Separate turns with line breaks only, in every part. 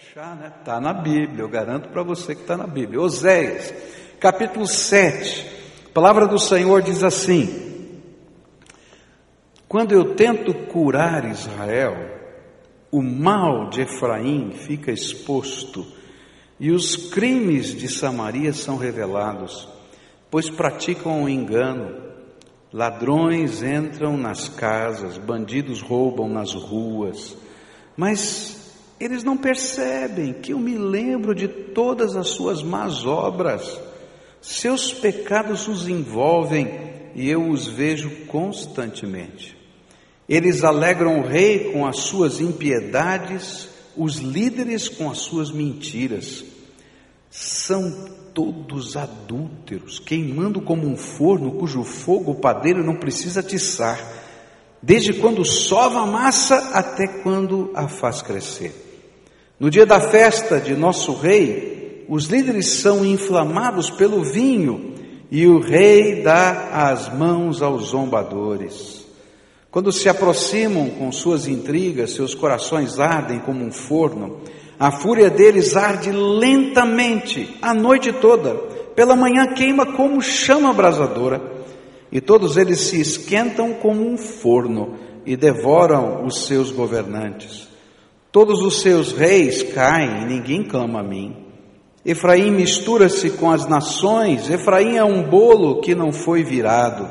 achar, né? Está na Bíblia, eu garanto para você que está na Bíblia. Oséias, capítulo 7, a palavra do Senhor diz assim: quando eu tento curar Israel, o mal de Efraim fica exposto, e os crimes de Samaria são revelados, pois praticam o engano. Ladrões entram nas casas, bandidos roubam nas ruas, mas eles não percebem que eu me lembro de todas as suas más obras. Seus pecados os envolvem e eu os vejo constantemente. Eles alegram o rei com as suas impiedades, os líderes com as suas mentiras. São todos adúlteros, queimando como um forno cujo fogo o padeiro não precisa atiçar, desde quando sova a massa até quando a faz crescer. No dia da festa de nosso rei, os líderes são inflamados pelo vinho e o rei dá as mãos aos zombadores. Quando se aproximam com suas intrigas, seus corações ardem como um forno. A fúria deles arde lentamente a noite toda. Pela manhã queima como chama abrasadora. E todos eles se esquentam como um forno e devoram os seus governantes. Todos os seus reis caem e ninguém clama a mim. Efraim mistura-se com as nações. Efraim é um bolo que não foi virado.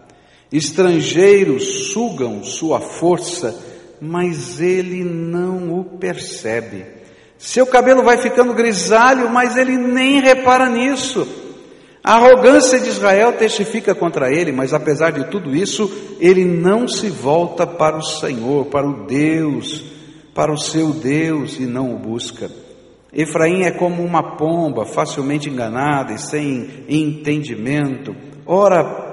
Estrangeiros sugam sua força, mas ele não o percebe. Seu cabelo vai ficando grisalho, mas ele nem repara nisso. A arrogância de Israel testifica contra ele, mas apesar de tudo isso, ele não se volta para o Senhor, para o Deus, para o seu Deus, e não o busca. Efraim é como uma pomba, facilmente enganada e sem entendimento. Ora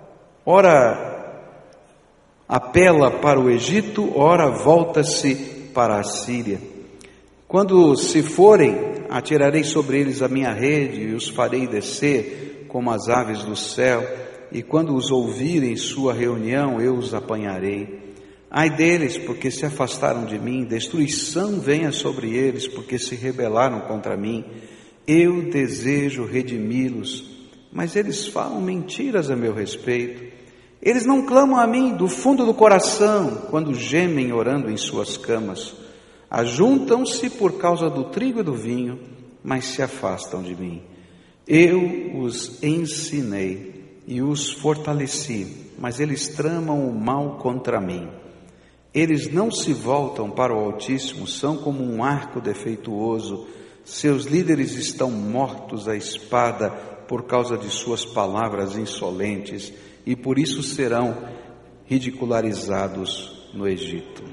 apela para o Egito, ora volta-se para a Síria. Quando se forem, atirarei sobre eles a minha rede e os farei descer como as aves do céu, e quando os ouvirem sua reunião, eu os apanharei. Ai deles, porque se afastaram de mim, destruição venha sobre eles, porque se rebelaram contra mim. Eu desejo redimi-los, mas eles falam mentiras a meu respeito. Eles não clamam a mim do fundo do coração, quando gemem orando em suas camas. Ajuntam-se por causa do trigo e do vinho, mas se afastam de mim. Eu os ensinei e os fortaleci, mas eles tramam o mal contra mim. Eles não se voltam para o Altíssimo, são como um arco defeituoso. Seus líderes estão mortos à espada por causa de suas palavras insolentes, e por isso serão ridicularizados no Egito.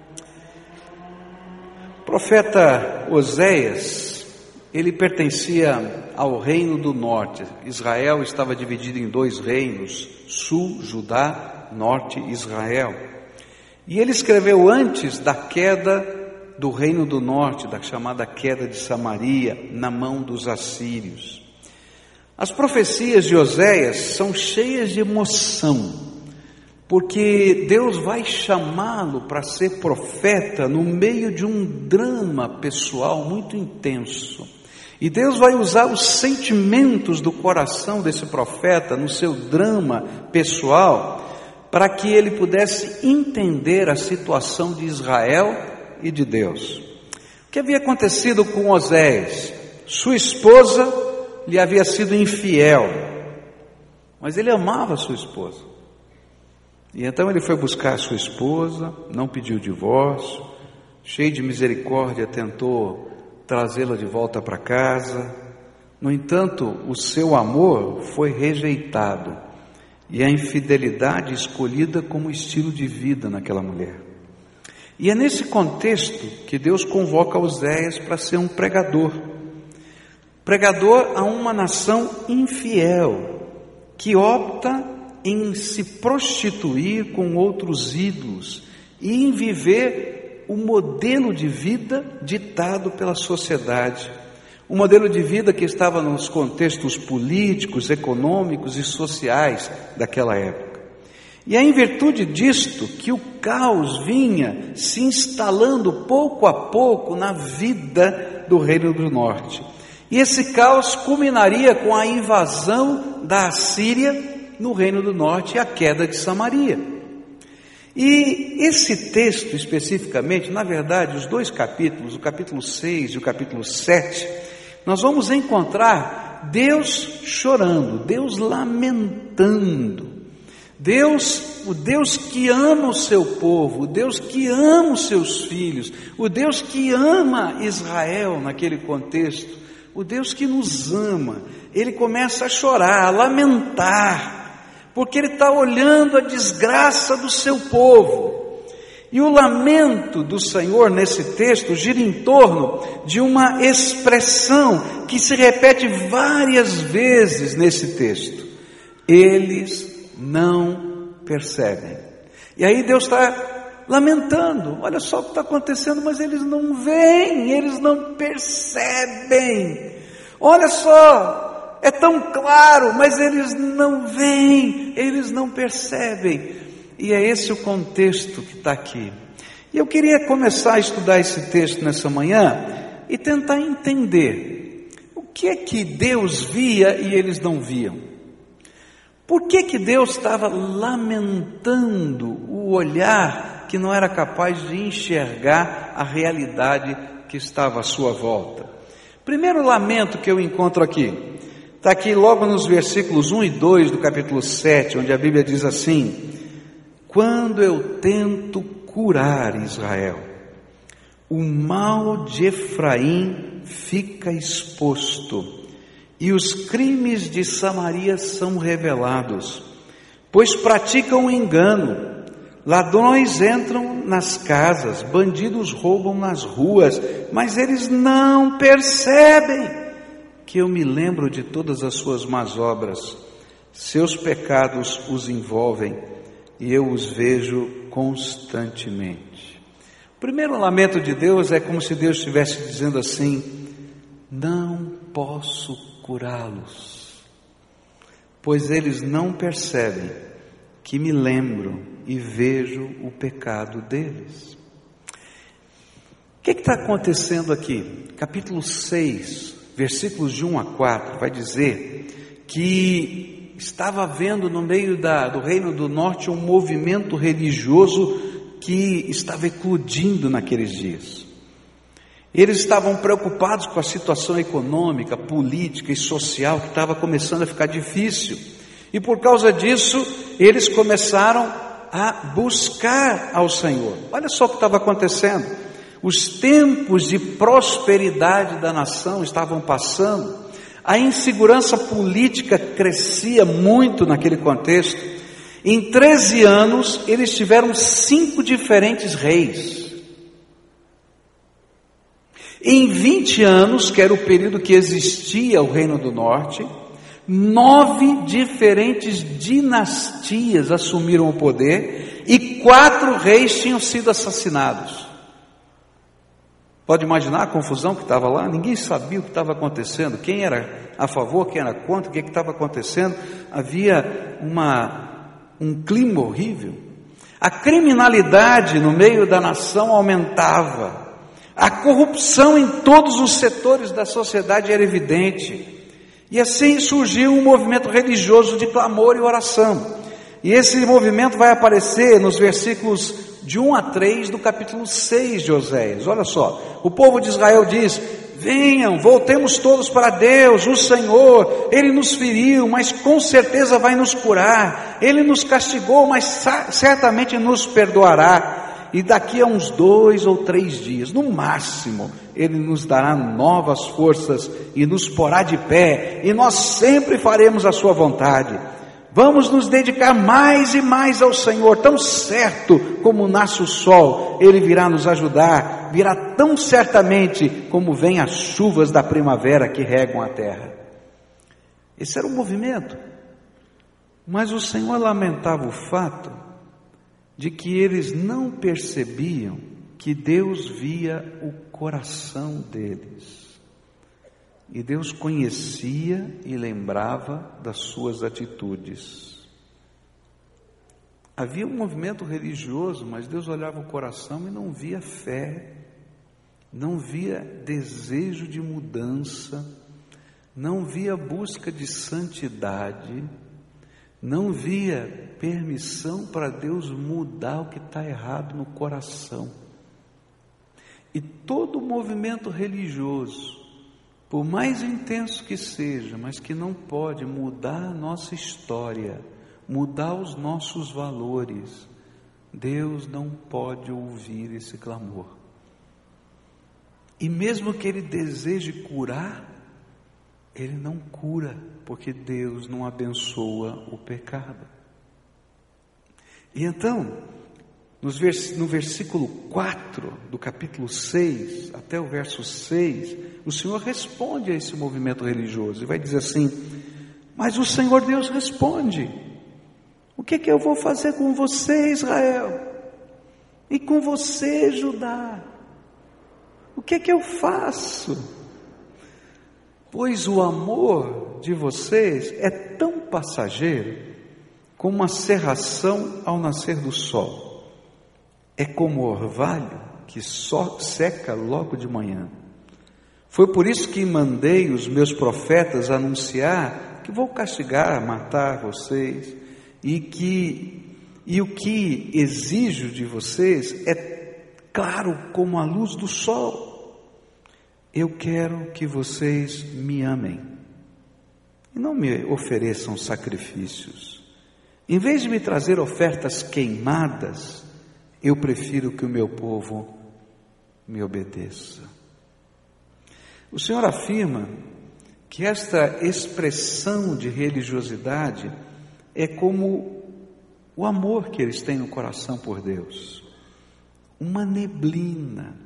O profeta Oséias, ele pertencia ao reino do norte. Israel estava dividido em dois reinos, sul, Judá, norte, Israel. E ele escreveu antes da queda do reino do norte, da chamada queda de Samaria, na mão dos assírios. As profecias de Oséias são cheias de emoção, porque Deus vai chamá-lo para ser profeta no meio de um drama pessoal muito intenso. E Deus vai usar os sentimentos do coração desse profeta no seu drama pessoal, para que ele pudesse entender a situação de Israel e de Deus. O que havia acontecido com Oséias? Sua esposa lhe havia sido infiel, mas ele amava sua esposa. E então ele foi buscar a sua esposa, não pediu divórcio, cheio de misericórdia, tentou trazê-la de volta para casa. No entanto, o seu amor foi rejeitado e a infidelidade escolhida como estilo de vida naquela mulher. E é nesse contexto que Deus convoca Oséias para ser um pregador a uma nação infiel, que opta em se prostituir com outros ídolos e em viver o modelo de vida ditado pela sociedade, um modelo de vida que estava nos contextos políticos, econômicos e sociais daquela época. E é em virtude disto que o caos vinha se instalando pouco a pouco na vida do Reino do Norte. E esse caos culminaria com a invasão da Assíria no Reino do Norte e a queda de Samaria. E esse texto especificamente, na verdade, os dois capítulos, o capítulo 6 e o capítulo 7, nós vamos encontrar Deus chorando, Deus lamentando, o Deus que ama o seu povo, o Deus que ama os seus filhos, o Deus que ama Israel naquele contexto, o Deus que nos ama. Ele começa a chorar, a lamentar, porque ele está olhando a desgraça do seu povo. E o lamento do Senhor nesse texto gira em torno de uma expressão que se repete várias vezes nesse texto: eles não percebem. E aí Deus está lamentando, olha só o que está acontecendo, mas eles não veem, eles não percebem. Olha só, é tão claro, mas eles não veem, eles não percebem. E é esse o contexto que está aqui. E eu queria começar a estudar esse texto nessa manhã e tentar entender o que é que Deus via e eles não viam. Por que que Deus estava lamentando o olhar que não era capaz de enxergar a realidade que estava à sua volta? Primeiro lamento que eu encontro aqui, está aqui logo nos versículos 1 e 2 do capítulo 7, onde a Bíblia diz assim: quando eu tento curar Israel, o mal de Efraim fica exposto, e os crimes de Samaria são revelados, pois praticam engano, ladrões entram nas casas, bandidos roubam nas ruas, mas eles não percebem que eu me lembro de todas as suas más obras, seus pecados os envolvem, e eu os vejo constantemente. O primeiro lamento de Deus é como se Deus estivesse dizendo assim: não posso curá-los, pois eles não percebem que me lembro e vejo o pecado deles. O que está acontecendo aqui? Capítulo 6, versículos de 1 a 4, vai dizer que estava havendo no meio do Reino do Norte um movimento religioso que estava eclodindo naqueles dias. Eles estavam preocupados com a situação econômica, política e social que estava começando a ficar difícil. E por causa disso, eles começaram a buscar ao Senhor. Olha só o que estava acontecendo. Os tempos de prosperidade da nação estavam passando. A insegurança política crescia muito naquele contexto. Em 13 anos, eles tiveram 5 diferentes reis. Em 20 anos, que era o período que existia o Reino do Norte, 9 diferentes dinastias assumiram o poder e 4 reis tinham sido assassinados. Pode imaginar a confusão que estava lá? Ninguém sabia o que estava acontecendo, quem era a favor, quem era contra, o que estava acontecendo. Havia um clima horrível. A criminalidade no meio da nação aumentava. A corrupção em todos os setores da sociedade era evidente. E assim surgiu um movimento religioso de clamor e oração. E esse movimento vai aparecer nos versículos de 1 a 3 do capítulo 6 de Oséias. Olha só, o povo de Israel diz: venham, voltemos todos para Deus, o Senhor, Ele nos feriu, mas com certeza vai nos curar. Ele nos castigou, mas certamente nos perdoará. E daqui a uns 2 ou 3 dias, no máximo, Ele nos dará novas forças e nos porá de pé, e nós sempre faremos a sua vontade. Vamos nos dedicar mais e mais ao Senhor, tão certo como nasce o sol, Ele virá nos ajudar, virá tão certamente como vêm as chuvas da primavera que regam a terra. Esse era o movimento, mas o Senhor lamentava o fato de que eles não percebiam que Deus via o coração deles. E Deus conhecia e lembrava das suas atitudes. Havia um movimento religioso, mas Deus olhava o coração e não via fé, não via desejo de mudança, não via busca de santidade, não via permissão para Deus mudar o que está errado no coração. E todo movimento religioso, por mais intenso que seja, mas que não pode mudar a nossa história, mudar os nossos valores, Deus não pode ouvir esse clamor. E mesmo que Ele deseje curar, Ele não cura, porque Deus não abençoa o pecado. E então, no versículo 4 do capítulo 6, até o verso 6, o Senhor responde a esse movimento religioso, e vai dizer assim: mas o Senhor Deus responde: o que eu vou fazer com você, Israel? E com você, Judá? O que eu faço? Pois o amor de vocês é tão passageiro como uma cerração ao nascer do sol. É como orvalho que só seca logo de manhã. Foi por isso que mandei os meus profetas anunciar que vou castigar, matar vocês, e o que exijo de vocês é claro como a luz do sol. Eu quero que vocês me amem e não me ofereçam sacrifícios. Em vez de me trazer ofertas queimadas, eu prefiro que o meu povo me obedeça. O Senhor afirma que esta expressão de religiosidade é como o amor que eles têm no coração por Deus. Uma neblina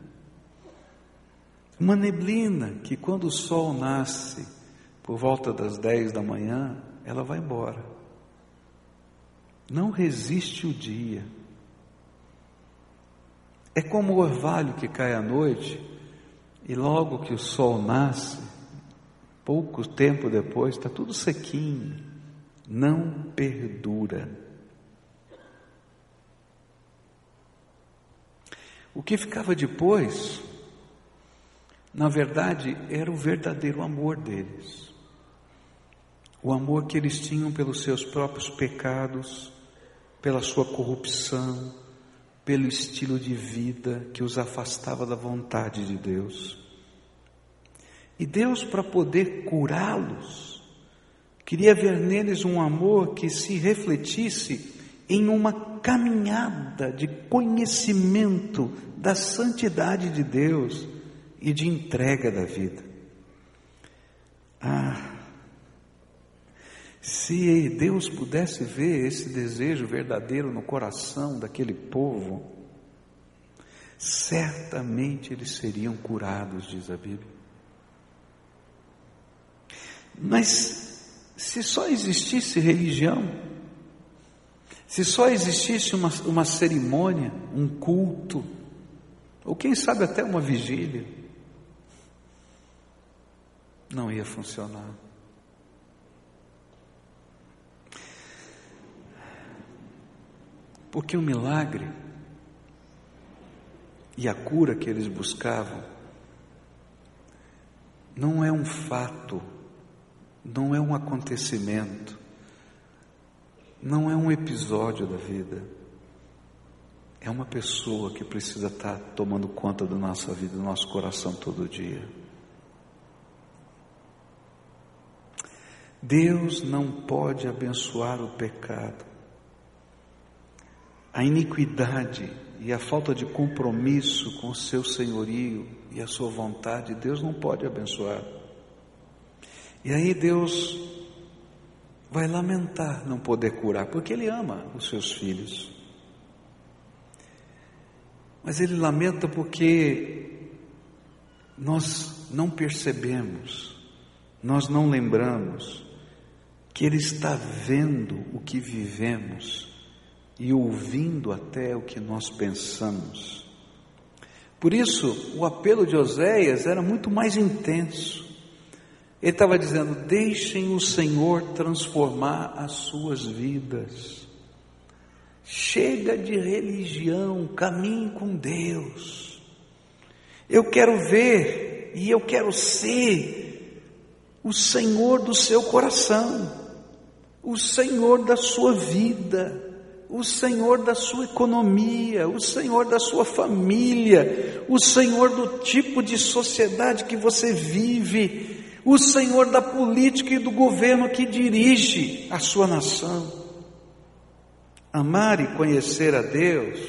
que quando o sol nasce, por volta das 10 da manhã, ela vai embora. Não resiste o dia. É como o orvalho que cai à noite, e logo que o sol nasce, pouco tempo depois, está tudo sequinho. Não perdura. O que ficava depois, na verdade, era o verdadeiro amor deles. O amor que eles tinham pelos seus próprios pecados, pela sua corrupção, pelo estilo de vida que os afastava da vontade de Deus. E Deus, para poder curá-los, queria ver neles um amor que se refletisse em uma caminhada de conhecimento da santidade de Deus e de entrega da vida. Se Deus pudesse ver esse desejo verdadeiro no coração daquele povo, certamente eles seriam curados, diz a Bíblia. Mas se só existisse religião, se só existisse uma cerimônia, um culto, ou quem sabe até uma vigília, não ia funcionar. Porque o milagre e a cura que eles buscavam não é um fato, não é um acontecimento, não é um episódio da vida, é uma pessoa que precisa estar tomando conta da nossa vida, do nosso coração todo dia. Deus não pode abençoar o pecado, a iniquidade e a falta de compromisso com o seu senhorio e a sua vontade. Deus não pode abençoar. E aí Deus vai lamentar não poder curar, porque Ele ama os seus filhos. Mas Ele lamenta porque nós não percebemos, nós não lembramos que Ele está vendo o que vivemos e ouvindo até o que nós pensamos. Por isso, o apelo de Oséias era muito mais intenso. Ele estava dizendo: deixem o Senhor transformar as suas vidas. Chega de religião, caminhe com Deus. Eu quero ver e eu quero ser o Senhor do seu coração, o Senhor da sua vida, o Senhor da sua economia, o Senhor da sua família, o Senhor do tipo de sociedade que você vive, o Senhor da política e do governo que dirige a sua nação. Amar e conhecer a Deus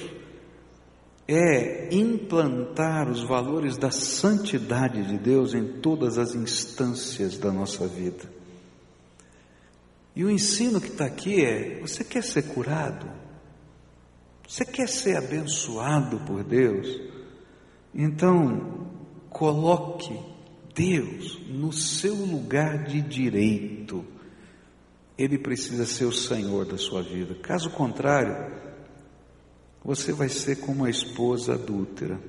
é implantar os valores da santidade de Deus em todas as instâncias da nossa vida. E o ensino que está aqui é: você quer ser curado? Você quer ser abençoado por Deus? Então, coloque Deus no seu lugar de direito. Ele precisa ser o Senhor da sua vida. Caso contrário, você vai ser como a esposa adúltera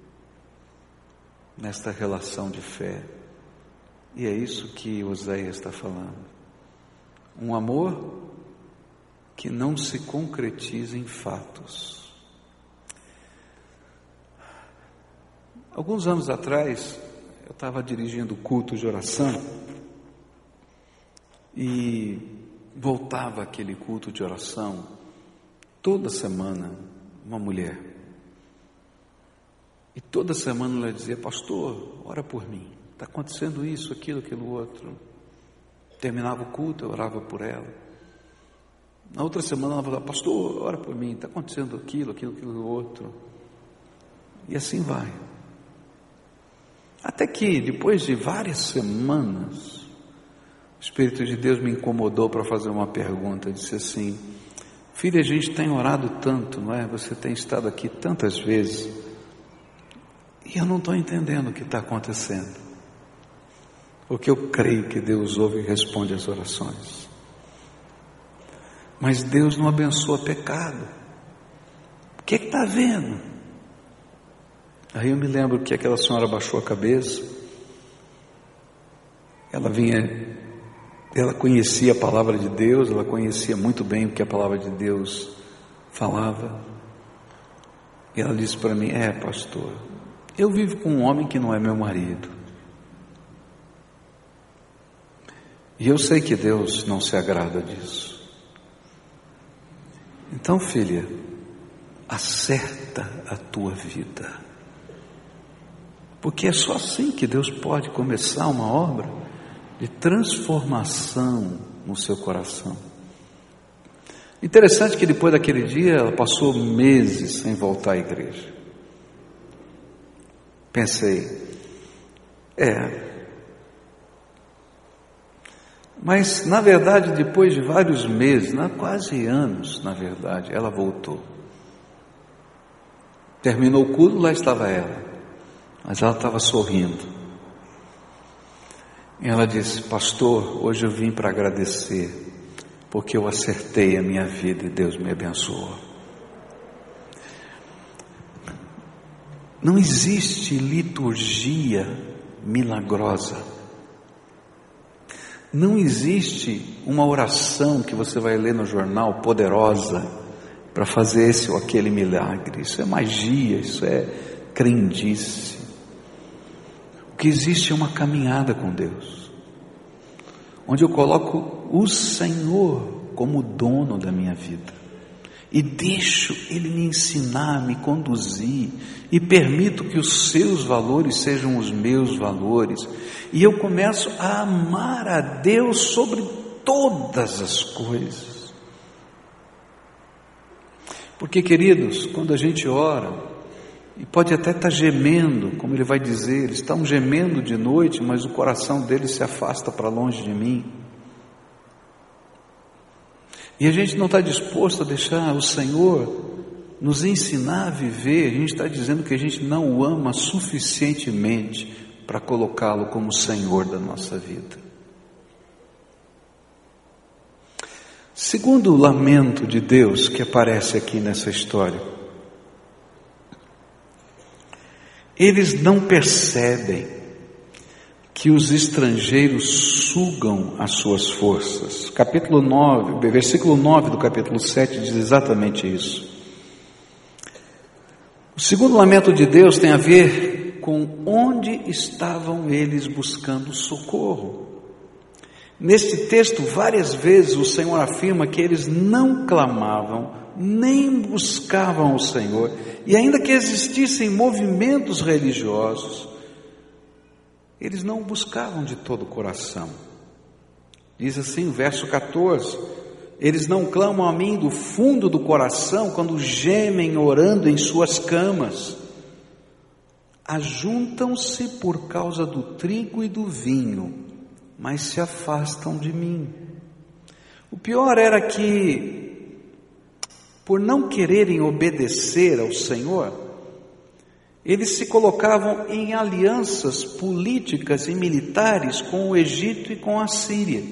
nesta relação de fé. E é isso que Oséias está falando. Um amor que não se concretiza em fatos. Alguns anos atrás, eu estava dirigindo culto de oração e voltava aquele culto de oração toda semana uma mulher. E toda semana ela dizia: pastor, ora por mim, está acontecendo isso, aquilo outro. Terminava o culto, eu orava por ela. Na outra semana ela falava: pastor, ora por mim, está acontecendo aquilo outro. E assim vai. Até que, depois de várias semanas, o Espírito de Deus me incomodou para fazer uma pergunta. Disse assim: filha, a gente tem orado tanto, não é? Você tem estado aqui tantas vezes, e eu não estou entendendo o que está acontecendo. Porque eu creio que Deus ouve e responde as orações. Mas Deus não abençoa pecado. O que está havendo? Aí eu me lembro que aquela senhora baixou a cabeça. Ela conhecia a palavra de Deus, ela conhecia muito bem o que a palavra de Deus falava. E ela disse para mim: pastor, eu vivo com um homem que não é meu marido. E eu sei que Deus não se agrada disso. Então, filha, acerta a tua vida. Porque é só assim que Deus pode começar uma obra de transformação no seu coração. Interessante que depois daquele dia ela passou meses sem voltar à igreja. Pensei, mas na verdade depois de vários meses, quase anos na verdade, ela voltou. Terminou o culto, lá estava ela, mas ela estava sorrindo. E ela disse: pastor, hoje eu vim para agradecer, porque eu acertei a minha vida e Deus me abençoou. Não existe liturgia milagrosa. Não existe uma oração que você vai ler no jornal poderosa para fazer esse ou aquele milagre. Isso é magia, isso é crendice. O que existe é uma caminhada com Deus, onde eu coloco o Senhor como dono da minha vida e deixo Ele me ensinar, me conduzir, e permito que os seus valores sejam os meus valores, e eu começo a amar a Deus sobre todas as coisas. Porque, queridos, quando a gente ora, e pode até estar gemendo, como ele vai dizer, eles estão gemendo de noite, mas o coração deles se afasta para longe de mim. E a gente não está disposto a deixar o Senhor nos ensinar a viver. A gente está dizendo que a gente não o ama suficientemente para colocá-lo como Senhor da nossa vida. Segundo o lamento de Deus que aparece aqui nessa história, eles não percebem que os estrangeiros sugam as suas forças. Capítulo 9, versículo 9 do capítulo 7 diz exatamente isso. O segundo lamento de Deus tem a ver com onde estavam eles buscando socorro. Neste texto, várias vezes o Senhor afirma que eles não clamavam, nem buscavam o Senhor, e ainda que existissem movimentos religiosos, eles não o buscavam de todo o coração. Diz assim o verso 14: eles não clamam a mim do fundo do coração, quando gemem orando em suas camas. Ajuntam-se por causa do trigo e do vinho, mas se afastam de mim. O pior era que, por não quererem obedecer ao Senhor, eles se colocavam em alianças políticas e militares com o Egito e com a Síria.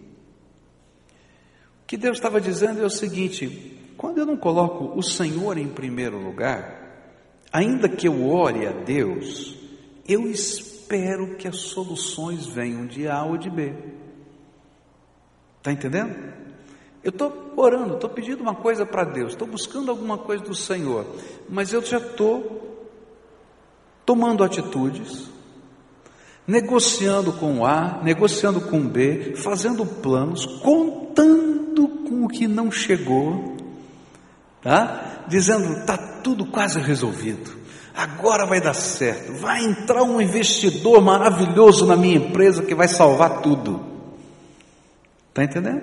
O que Deus estava dizendo é o seguinte: quando eu não coloco o Senhor em primeiro lugar, ainda que eu ore a Deus, eu espero que as soluções venham de A ou de B. Está entendendo? Eu estou orando, estou pedindo uma coisa para Deus, estou buscando alguma coisa do Senhor, mas eu já estou tomando atitudes, negociando com A, negociando com B, fazendo planos, contando com o que não chegou, tá? Dizendo, está tudo quase resolvido, agora vai dar certo, vai entrar um investidor maravilhoso na minha empresa que vai salvar tudo. Está entendendo?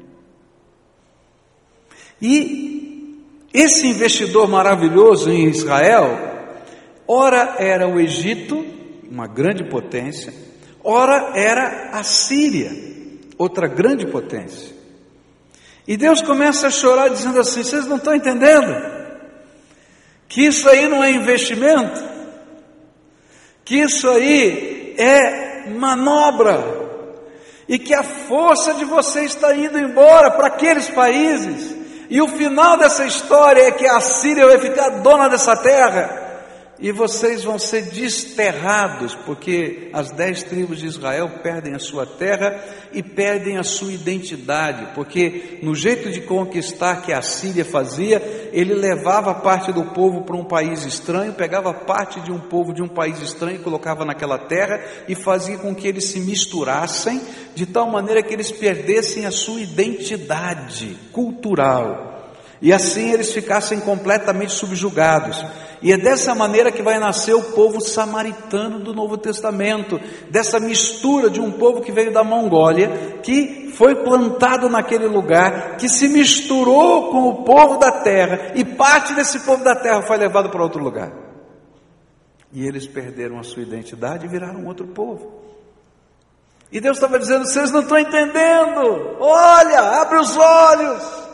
E esse investidor maravilhoso em Israel, ora era o Egito, uma grande potência, ora era a Síria, outra grande potência. E Deus começa a chorar dizendo assim: vocês não estão entendendo que isso aí não é investimento, que isso aí é manobra, e que a força de vocês está indo embora para aqueles países, e o final dessa história é que a Síria vai ficar dona dessa terra, e vocês vão ser desterrados, porque as 10 tribos de Israel perdem a sua terra e perdem a sua identidade, porque no jeito de conquistar que a Síria fazia, ele levava parte do povo para um país estranho, pegava parte de um povo de um país estranho e colocava naquela terra, e fazia com que eles se misturassem, de tal maneira que eles perdessem a sua identidade cultural, e assim eles ficassem completamente subjugados. E é dessa maneira que vai nascer o povo samaritano do Novo Testamento, dessa mistura de um povo que veio da Mongólia, que foi plantado naquele lugar, que se misturou com o povo da terra, e parte desse povo da terra foi levado para outro lugar, e eles perderam a sua identidade e viraram outro povo. E Deus estava dizendo: vocês não estão entendendo, olha, abre os olhos.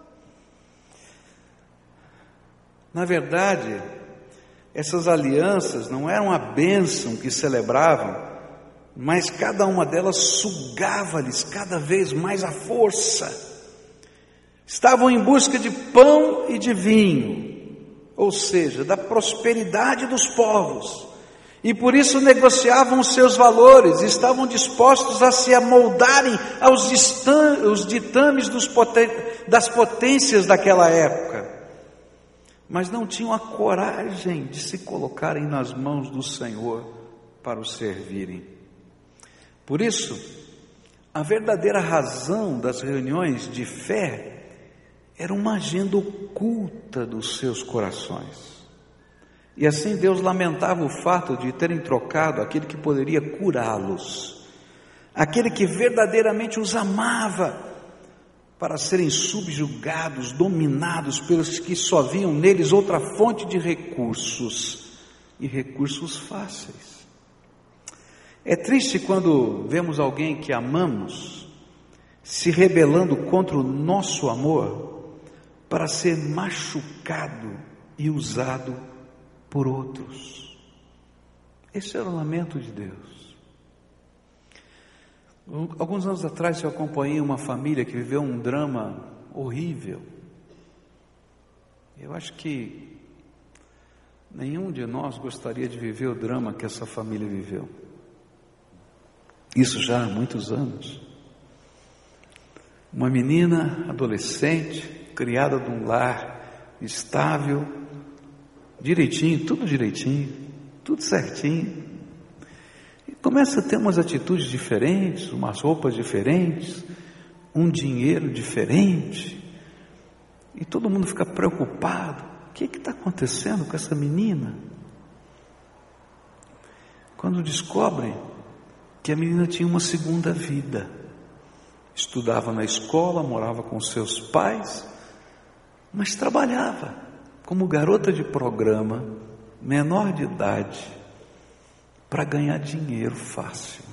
Na verdade, essas alianças não eram a bênção que celebravam, mas cada uma delas sugava-lhes cada vez mais a força. Estavam em busca de pão e de vinho, ou seja, da prosperidade dos povos, e por isso negociavam os seus valores, estavam dispostos a se amoldarem aos ditames das potências daquela época, mas não tinham a coragem de se colocarem nas mãos do Senhor para o servirem. Por isso, a verdadeira razão das reuniões de fé era uma agenda oculta dos seus corações. E assim Deus lamentava o fato de terem trocado aquele que poderia curá-los, aquele que verdadeiramente os amava, para serem subjugados, dominados pelos que só viam neles outra fonte de recursos, e recursos fáceis. É triste quando vemos alguém que amamos se rebelando contra o nosso amor para ser machucado e usado por outros. Esse era o lamento de Deus. Alguns anos atrás eu acompanhei uma família que viveu um drama horrível. Eu acho que nenhum de nós gostaria de viver o drama que essa família viveu. Isso já há muitos anos. Uma menina adolescente, criada num lar estável, direitinho, tudo direitinho, tudo certinho. E começa a ter umas atitudes diferentes, umas roupas diferentes, um dinheiro diferente. E todo mundo fica preocupado. O que está acontecendo com essa menina? Quando descobrem que a menina tinha uma segunda vida, estudava na escola, morava com seus pais, mas trabalhava como garota de programa, menor de idade, para ganhar dinheiro fácil.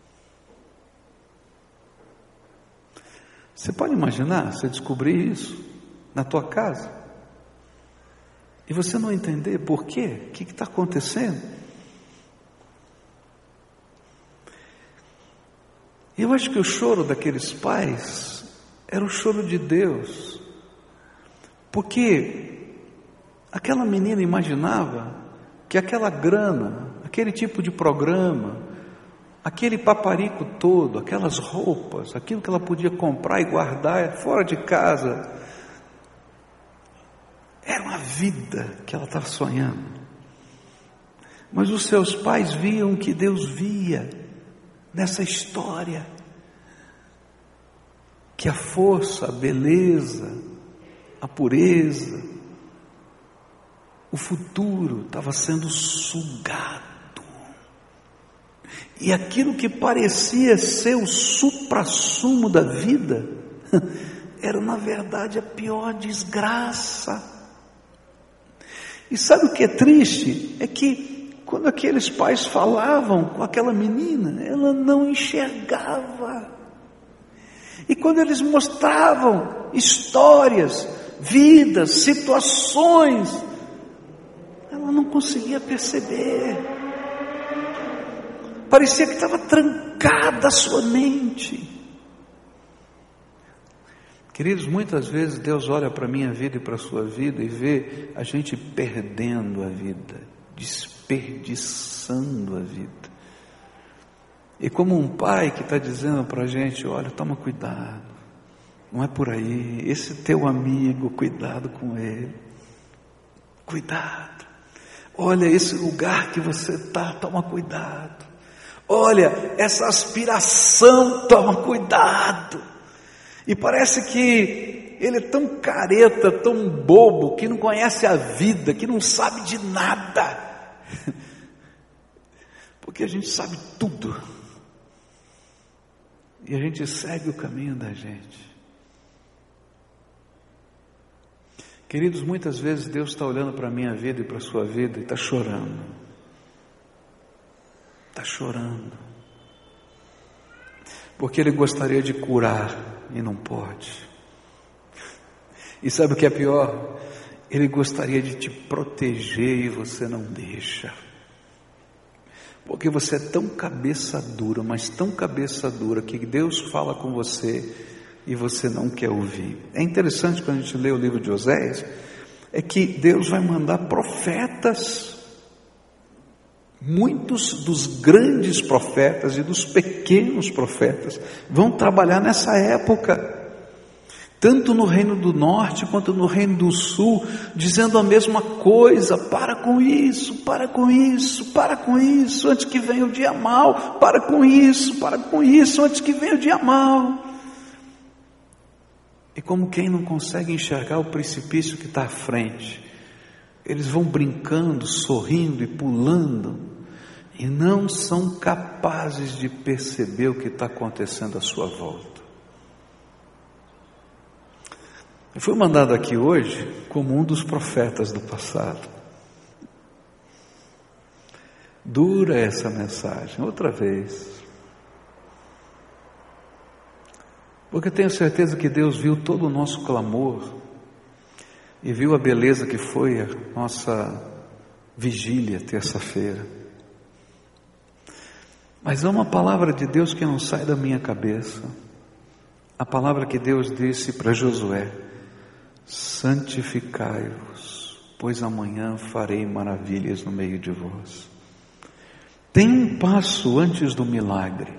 Você pode imaginar você descobrir isso na tua casa e você não entender por quê? O que está acontecendo? Eu acho que o choro daqueles pais era o choro de Deus, porque aquela menina imaginava que aquela grana, aquele tipo de programa, aquele paparico todo, aquelas roupas, aquilo que ela podia comprar e guardar fora de casa, era uma vida que ela estava sonhando. Mas os seus pais viam que Deus via nessa história, que a força, a beleza, a pureza, o futuro estava sendo sugado, e aquilo que parecia ser o suprassumo da vida, era na verdade a pior desgraça. E sabe o que é triste? É que quando aqueles pais falavam com aquela menina, ela não enxergava. E quando eles mostravam histórias, vidas, situações, ela não conseguia perceber. Parecia que estava trancada a sua mente. Queridos, muitas vezes Deus olha para a minha vida e para a sua vida e vê a gente perdendo a vida, desperdiçando a vida. E como um pai que está dizendo para a gente, olha, toma cuidado, não é por aí, esse teu amigo, cuidado com ele, cuidado, olha esse lugar que você está, toma cuidado, olha essa aspiração, toma cuidado. E parece que ele é tão careta, tão bobo, que não conhece a vida, que não sabe de nada. Porque a gente sabe tudo. E a gente segue o caminho da gente. Queridos, muitas vezes Deus está olhando para a minha vida e para a sua vida e está chorando. Está chorando. Porque Ele gostaria de curar e não pode. E sabe o que é pior? Ele gostaria de te proteger e você não deixa. Porque você é tão cabeça dura, mas tão cabeça dura, que Deus fala com você e você não quer ouvir. É interessante quando a gente lê o livro de Oséias, é que Deus vai mandar profetas. Muitos dos grandes profetas e dos pequenos profetas vão trabalhar nessa época, tanto no reino do norte quanto no reino do sul, dizendo a mesma coisa: para com isso, para com isso, para com isso, antes que venha o dia mau, para com isso, antes que venha o dia mau. E como quem não consegue enxergar o precipício que está à frente, eles vão brincando, sorrindo e pulando, e não são capazes de perceber o que está acontecendo à sua volta. Eu fui mandado aqui hoje como um dos profetas do passado. Dura essa mensagem, outra vez. Porque eu tenho certeza que Deus viu todo o nosso clamor e viu a beleza que foi a nossa vigília terça-feira. Mas há uma palavra de Deus que não sai da minha cabeça. A palavra que Deus disse para Josué: santificai-vos, pois amanhã farei maravilhas no meio de vós. Tem um passo antes do milagre.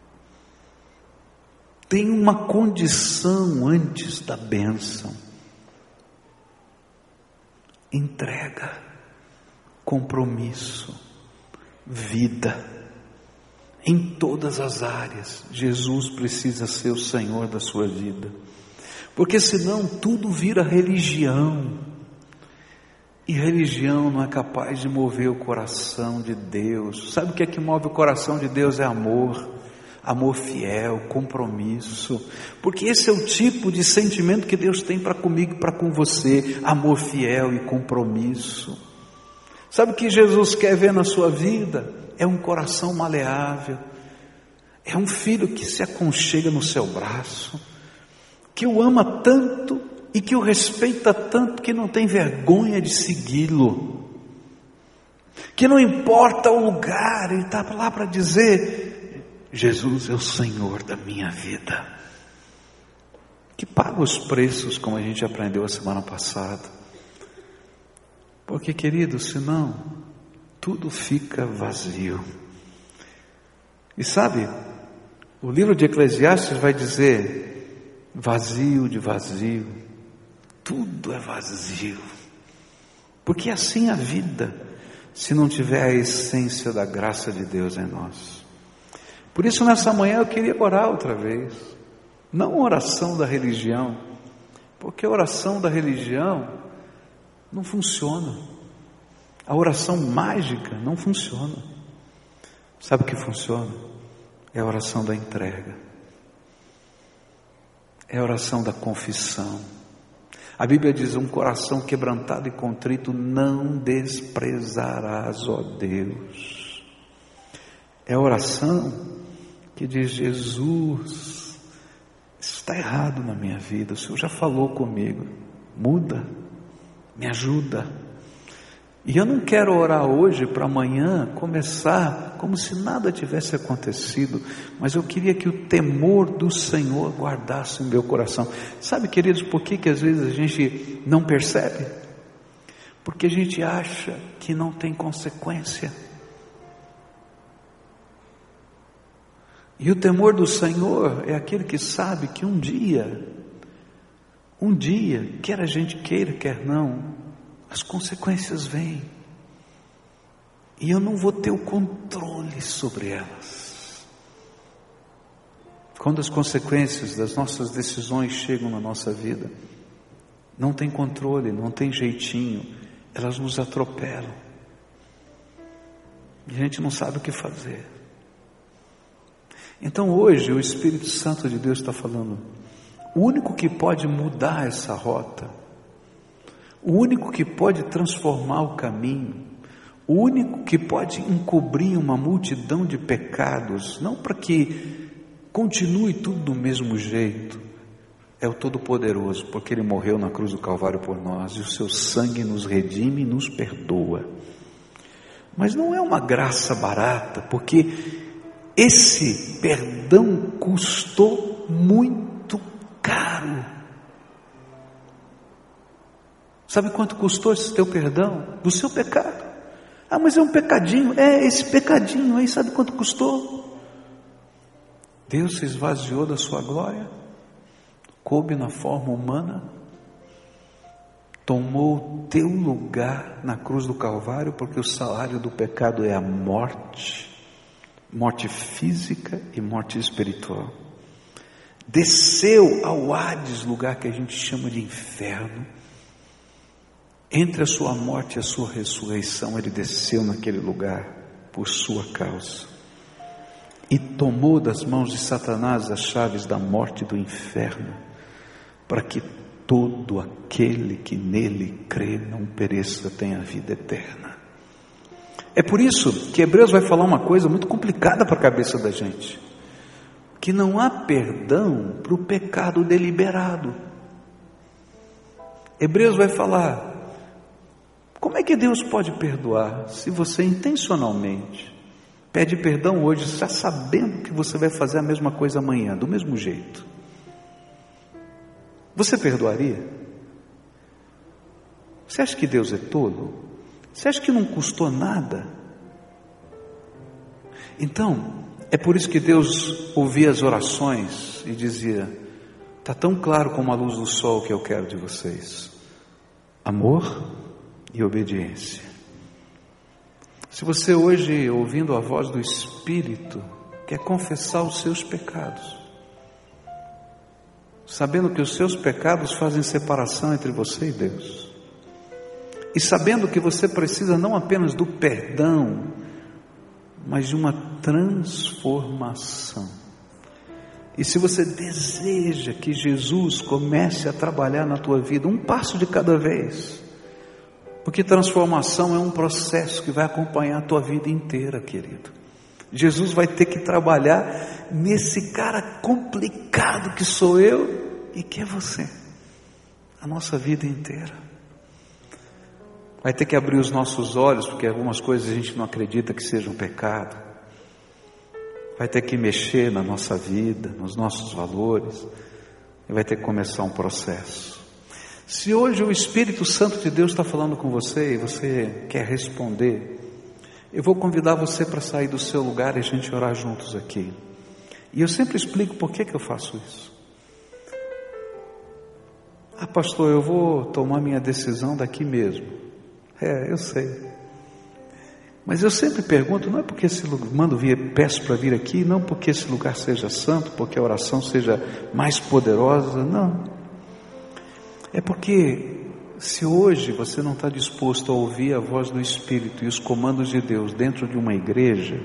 Tem uma condição antes da bênção. Entrega, compromisso, vida. Em todas as áreas, Jesus precisa ser o Senhor da sua vida. Porque senão tudo vira religião. E religião não é capaz de mover o coração de Deus. Sabe o que é que move o coração de Deus? É amor. Amor fiel, compromisso. Porque esse é o tipo de sentimento que Deus tem para comigo e para com você. Amor fiel e compromisso. Sabe o que Jesus quer ver na sua vida? É um coração maleável. É um filho que se aconchega no seu braço, que o ama tanto e que o respeita tanto que não tem vergonha de segui-lo, que não importa o lugar, ele está lá para dizer: Jesus é o Senhor da minha vida, que paga os preços, como a gente aprendeu a semana passada. Porque, querido, senão tudo fica vazio. E sabe, o livro de Eclesiastes vai dizer: vazio de vazio, tudo é vazio. Porque assim a vida, se não tiver a essência da graça de Deus em nós. Por isso nessa manhã eu queria orar outra vez. Não a oração da religião, porque a oração da religião não funciona. A oração mágica não funciona. Sabe o que funciona? É a oração da entrega. É a oração da confissão. A Bíblia diz: um coração quebrantado e contrito não desprezarás, ó Deus. É a oração que diz: Jesus, isso está errado na minha vida, o Senhor já falou comigo, muda, me ajuda. E eu não quero orar hoje para amanhã começar como se nada tivesse acontecido, mas eu queria que o temor do Senhor guardasse o meu coração. Sabe, queridos, por que às vezes a gente não percebe? Porque a gente acha que não tem consequência. E o temor do Senhor é aquele que sabe que um dia, quer a gente queira, quer não, as consequências vêm, e eu não vou ter o controle sobre elas. Quando as consequências das nossas decisões chegam na nossa vida, não tem controle, não tem jeitinho, elas nos atropelam, e a gente não sabe o que fazer. Então hoje o Espírito Santo de Deus está falando: o único que pode mudar essa rota, o único que pode transformar o caminho, o único que pode encobrir uma multidão de pecados, não para que continue tudo do mesmo jeito, é o Todo-Poderoso, porque Ele morreu na cruz do Calvário por nós, e o seu sangue nos redime e nos perdoa. Mas não é uma graça barata, porque esse perdão custou muito caro. Sabe quanto custou esse teu perdão? Do seu pecado. Ah, mas é um pecadinho. É, esse pecadinho aí, sabe quanto custou? Deus se esvaziou da sua glória, coube na forma humana, tomou o teu lugar na cruz do Calvário, porque o salário do pecado é a morte, morte física e morte espiritual. Desceu ao Hades, lugar que a gente chama de inferno. Entre a sua morte e a sua ressurreição, Ele desceu naquele lugar por sua causa, e tomou das mãos de Satanás as chaves da morte e do inferno, para que todo aquele que nele crê não pereça, tenha a vida eterna. É por isso que Hebreus vai falar uma coisa muito complicada para a cabeça da gente: que não há perdão para o pecado deliberado. Hebreus vai falar: como é que Deus pode perdoar se você intencionalmente pede perdão hoje, já sabendo que você vai fazer a mesma coisa amanhã, do mesmo jeito? Você perdoaria? Você acha que Deus é tolo? Você acha que não custou nada? Então, é por isso que Deus ouvia as orações e dizia: está tão claro como a luz do sol que eu quero de vocês: amor e obediência. Se você hoje, ouvindo a voz do Espírito, quer confessar os seus pecados, sabendo que os seus pecados fazem separação entre você e Deus, e sabendo que você precisa não apenas do perdão, mas de uma transformação. E se você deseja que Jesus comece a trabalhar na tua vida, um passo de cada vez, porque transformação é um processo que vai acompanhar a tua vida inteira, querido. Jesus vai ter que trabalhar nesse cara complicado que sou eu e que é você, a nossa vida inteira. Vai ter que abrir os nossos olhos, porque algumas coisas a gente não acredita que sejam pecado. Vai ter que mexer na nossa vida, nos nossos valores, e vai ter que começar um processo. Se hoje o Espírito Santo de Deus está falando com você e você quer responder, eu vou convidar você para sair do seu lugar e a gente orar juntos aqui. E eu sempre explico por que eu faço isso. Ah, pastor, eu vou tomar minha decisão daqui mesmo. Eu sei. Mas eu sempre pergunto, não é porque esse lugar, peço para vir aqui, não porque esse lugar seja santo, porque a oração seja mais poderosa, não. É porque se hoje você não está disposto a ouvir a voz do Espírito e os comandos de Deus dentro de uma igreja,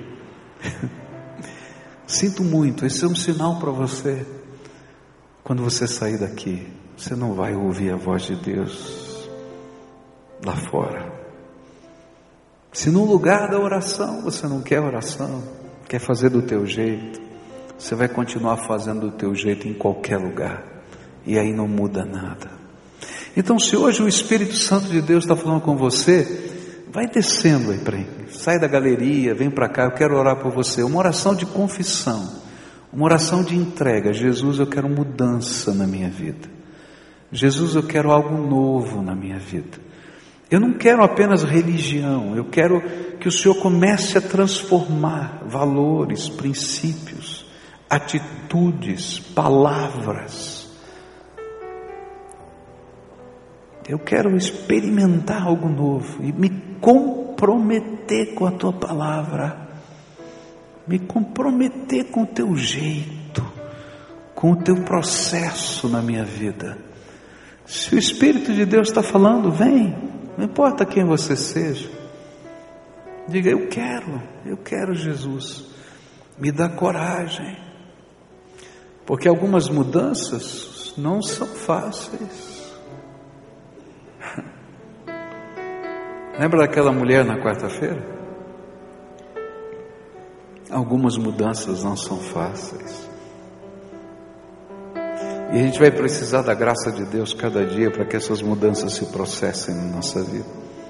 sinto muito, esse é um sinal para você. Quando você sair daqui, você não vai ouvir a voz de Deus lá fora. Se no lugar da oração você não quer oração, quer fazer do teu jeito, você vai continuar fazendo do teu jeito em qualquer lugar, e aí não muda nada. Então, se hoje o Espírito Santo de Deus está falando com você, vai descendo aí para aí, sai da galeria, vem para cá, eu quero orar por você, uma oração de confissão, uma oração de entrega. Jesus, eu quero mudança na minha vida. Jesus, eu quero algo novo na minha vida. Eu não quero apenas religião, eu quero que o Senhor comece a transformar valores, princípios, atitudes, palavras. Eu quero experimentar algo novo e me comprometer com a tua palavra, me comprometer com o teu jeito, com o teu processo na minha vida. Se o Espírito de Deus está falando, vem. Não importa quem você seja, diga, eu quero Jesus, me dá coragem, porque algumas mudanças não são fáceis. Lembra daquela mulher na quarta-feira? Algumas mudanças não são fáceis. E a gente vai precisar da graça de Deus cada dia para que essas mudanças se processem na nossa vida.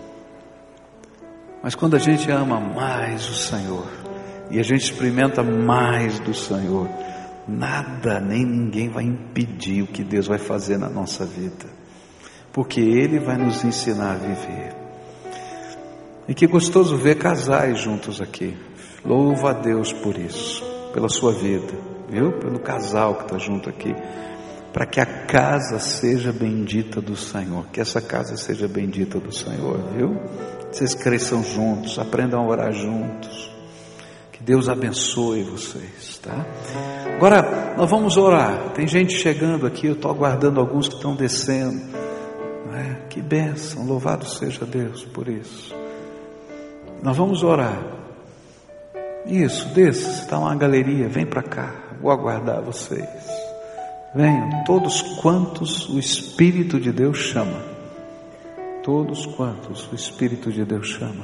Mas quando a gente ama mais o Senhor e a gente experimenta mais do Senhor, nada nem ninguém vai impedir o que Deus vai fazer na nossa vida, porque Ele vai nos ensinar a viver. E que gostoso ver casais juntos aqui. Louva a Deus por isso, pela sua vida, viu? Pelo casal que está junto aqui. Para que a casa seja bendita do Senhor, que essa casa seja bendita do Senhor, viu? Vocês cresçam juntos, aprendam a orar juntos, que Deus abençoe vocês, tá? Agora nós vamos orar. Tem gente chegando aqui, eu estou aguardando alguns que estão descendo, não é? Que bênção, louvado seja Deus por isso. Nós vamos orar. Isso, desça, se está uma galeria, vem para cá, vou aguardar vocês. Venham todos quantos o Espírito de Deus chama. Todos quantos o Espírito de Deus chama.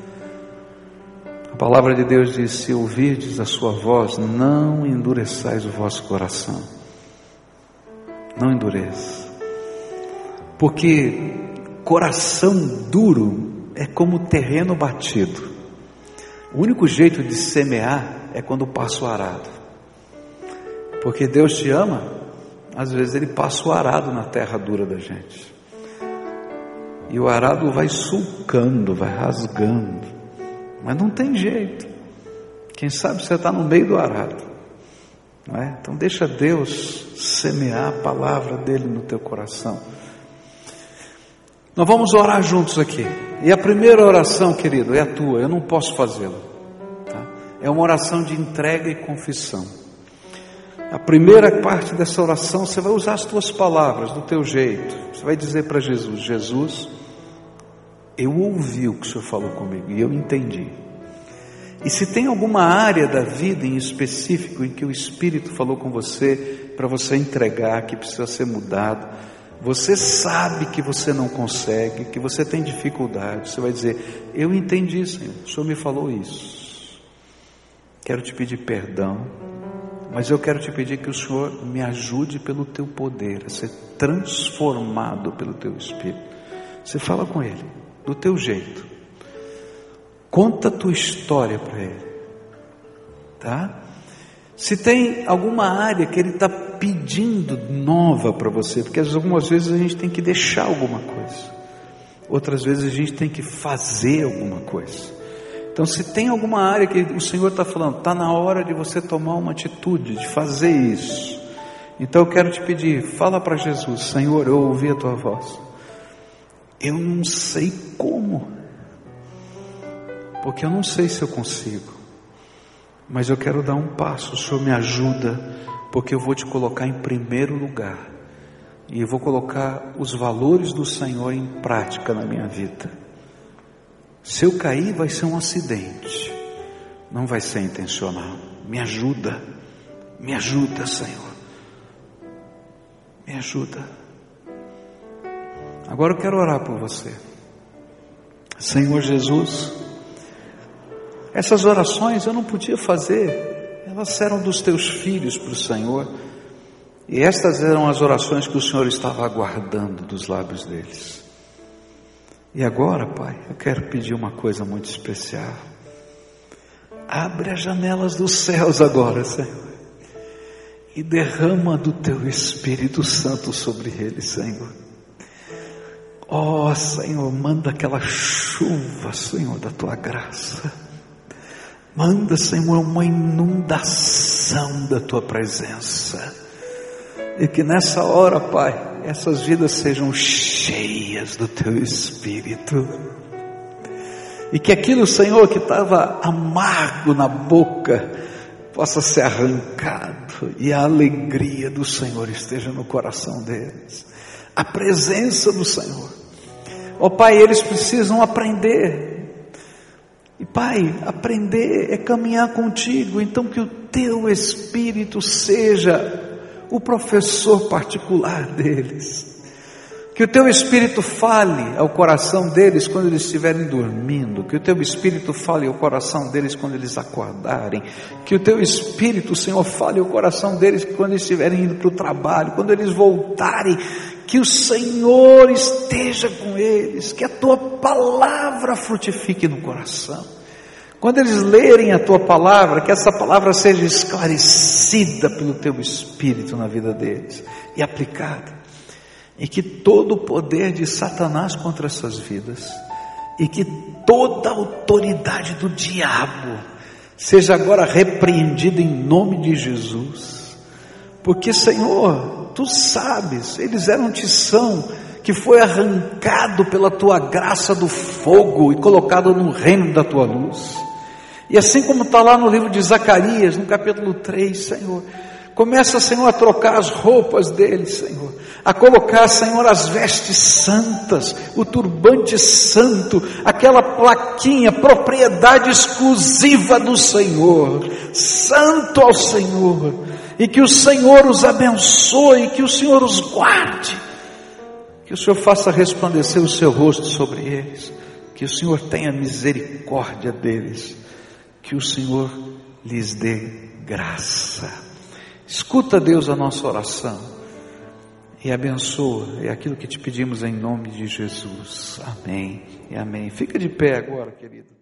A palavra de Deus diz: se ouvirdes a sua voz, não endureçais o vosso coração. Não endureça. Porque coração duro é como terreno batido. O único jeito de semear é quando passa o arado. Porque Deus te ama. Às vezes Ele passa o arado na terra dura da gente, e o arado vai sulcando, vai rasgando, mas não tem jeito. Quem sabe você está no meio do arado, não é? Então deixa Deus semear a palavra dEle no teu coração. Nós vamos orar juntos aqui. E a primeira oração, querido, é a tua. Eu não posso fazê-la, tá? É uma oração de entrega e confissão. A primeira parte dessa oração, você vai usar as tuas palavras, do teu jeito. Você vai dizer para Jesus: Jesus, eu ouvi o que o Senhor falou comigo e eu entendi. E se tem alguma área da vida em específico em que o Espírito falou com você, para você entregar, que precisa ser mudado, você sabe que você não consegue, que você tem dificuldade, você vai dizer: eu entendi, Senhor, o Senhor me falou isso, quero te pedir perdão, mas eu quero te pedir que o Senhor me ajude pelo teu poder a ser transformado pelo teu Espírito. Você fala com Ele, do teu jeito. Conta a tua história para Ele, tá? Se tem alguma área que Ele está pedindo nova para você, porque algumas vezes a gente tem que deixar alguma coisa, outras vezes a gente tem que fazer alguma coisa. Então, se tem alguma área que o Senhor está falando, está na hora de você tomar uma atitude, de fazer isso. Então eu quero te pedir, fala para Jesus: Senhor, eu ouvi a tua voz, eu não sei como, porque eu não sei se eu consigo, mas eu quero dar um passo, o Senhor me ajuda, porque eu vou te colocar em primeiro lugar, e eu vou colocar os valores do Senhor em prática na minha vida. Se eu cair, vai ser um acidente, não vai ser intencional. Me ajuda, Senhor, me ajuda. Agora eu quero orar por você. Senhor Jesus, essas orações eu não podia fazer, elas eram dos teus filhos para o Senhor, e estas eram as orações que o Senhor estava aguardando dos lábios deles. E agora, Pai, eu quero pedir uma coisa muito especial. Abre as janelas dos céus agora, Senhor, e derrama do teu Espírito Santo sobre eles, Senhor. Ó Senhor, manda aquela chuva, Senhor, da tua graça. Manda, Senhor, uma inundação da tua presença, e que nessa hora, Pai, essas vidas sejam cheias do teu Espírito, e que aquilo, Senhor, que estava amargo na boca possa ser arrancado, e a alegria do Senhor esteja no coração deles, a presença do Senhor. Ó Pai, eles precisam aprender. E Pai, aprender é caminhar contigo, então que o teu Espírito seja o professor particular deles, que o teu Espírito fale ao coração deles quando eles estiverem dormindo, que o teu Espírito fale ao coração deles quando eles acordarem, que o teu Espírito, Senhor, fale ao coração deles quando eles estiverem indo para o trabalho, quando eles voltarem, que o Senhor esteja com eles, que a tua palavra frutifique no coração. Quando eles lerem a tua palavra, que essa palavra seja esclarecida pelo teu Espírito na vida deles e aplicada, e que todo o poder de Satanás contra essas vidas, e que toda a autoridade do diabo seja agora repreendida em nome de Jesus, porque, Senhor, tu sabes, eles eram tição que foi arrancado pela tua graça do fogo e colocado no reino da tua luz. E assim como está lá no livro de Zacarias, no capítulo 3, Senhor, começa, Senhor, a trocar as roupas deles, Senhor, a colocar, Senhor, as vestes santas, o turbante santo, aquela plaquinha, propriedade exclusiva do Senhor, santo ao Senhor, e que o Senhor os abençoe, que o Senhor os guarde, que o Senhor faça resplandecer o seu rosto sobre eles, que o Senhor tenha misericórdia deles, que o Senhor lhes dê graça. Escuta, Deus, a nossa oração e abençoa, é aquilo que te pedimos em nome de Jesus. Amém e amém. Fica de pé agora, querido.